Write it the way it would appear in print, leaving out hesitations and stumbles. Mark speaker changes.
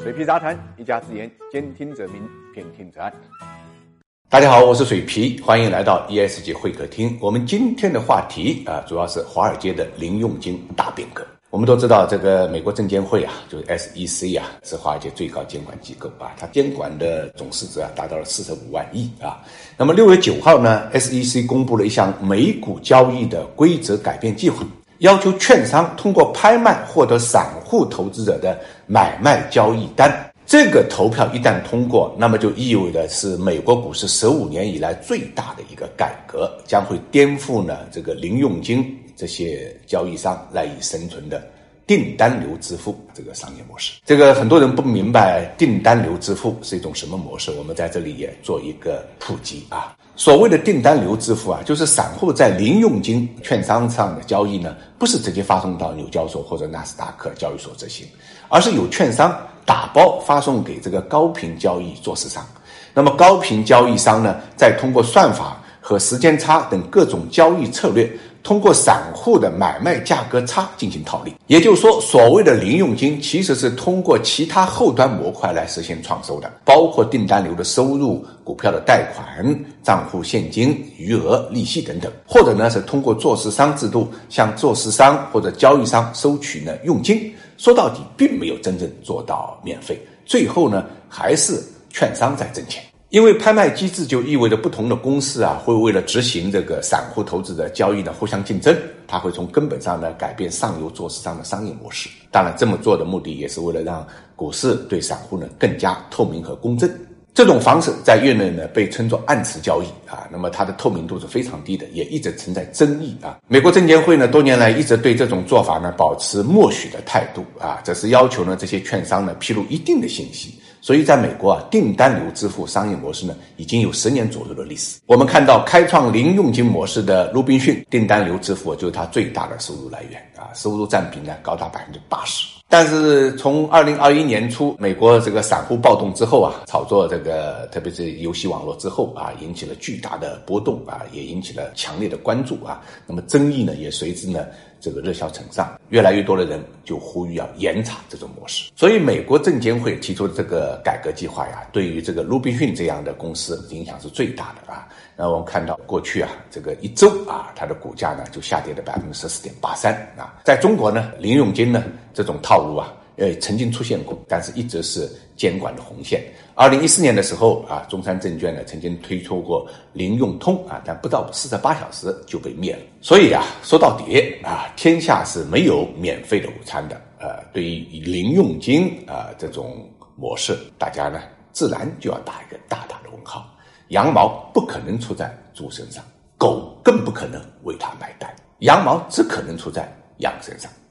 Speaker 1: 水皮杂谈，一家之言，兼听则明，偏听则暗。
Speaker 2: 大家好，我是水皮，欢迎来到 ESG 会客厅。我们今天的话题主要是华尔街的零用金大变革。我们都知道，这个美国证监会就是 SEC 是华尔街最高监管机构它监管的总市值达到了45万亿那么6月9号呢 ，SEC 公布了一项美股交易的规则改变计划，要求券商通过拍卖获得散户投资者的买卖交易单。这个投票一旦通过，那么就意味着是美国股市15年以来最大的一个改革，将会颠覆呢这个零用金这些交易商赖以生存的订单流支付这个商业模式。这个很多人不明白订单流支付是一种什么模式，我们在这里也做一个普及所谓的订单流支付就是散户在零用金券商上的交易呢，不是直接发送到纽交所或者纳斯达克交易所执行，而是有券商打包发送给这个高频交易做市商。那么高频交易商呢，再通过算法和时间差等各种交易策略，通过散户的买卖价格差进行套利。也就是说，所谓的零用金其实是通过其他后端模块来实现创收的，包括订单流的收入、股票的贷款、账户现金、余额、利息等等，或者呢是通过做市商制度向做市商或者交易商收取呢佣金。说到底并没有真正做到免费，最后呢还是券商在挣钱。因为拍卖机制就意味着不同的公司会为了执行这个散户投资的交易呢互相竞争，它会从根本上呢改变上游做市商的商业模式。当然这么做的目的也是为了让股市对散户呢更加透明和公正。这种方式在业内呢被称作暗池交易那么它的透明度是非常低的，也一直存在争议美国证监会呢多年来一直对这种做法呢保持默许的态度这是要求呢这些券商呢披露一定的信息。所以在美国订单流支付商业模式呢已经有10年左右的历史。我们看到开创零用金模式的鲁滨逊，订单流支付就是它最大的收入来源收入占比呢高达80%。但是从2021年初美国这个散户暴动之后炒作这个特别是游戏网络之后引起了巨大的波动也引起了强烈的关注那么争议呢也随之呢这个热销成上，越来越多的人就呼吁要严查这种模式。所以美国证监会提出的这个改革计划对于这个鲁滨逊这样的公司影响是最大的那我们看到过去这个一周它的股价呢就下跌了 14.83%在中国呢零用金呢这种套路曾经出现过，但是一直是监管的红线。2014年的时候中山证券呢曾经推出过零用通但不到48小时就被灭了。所以说到底天下是没有免费的午餐的对于零用金这种模式，大家呢自然就要打一个大大的问号。羊毛不可能出在猪身上，狗更不可能为它买单，羊毛只可能出在羊身上。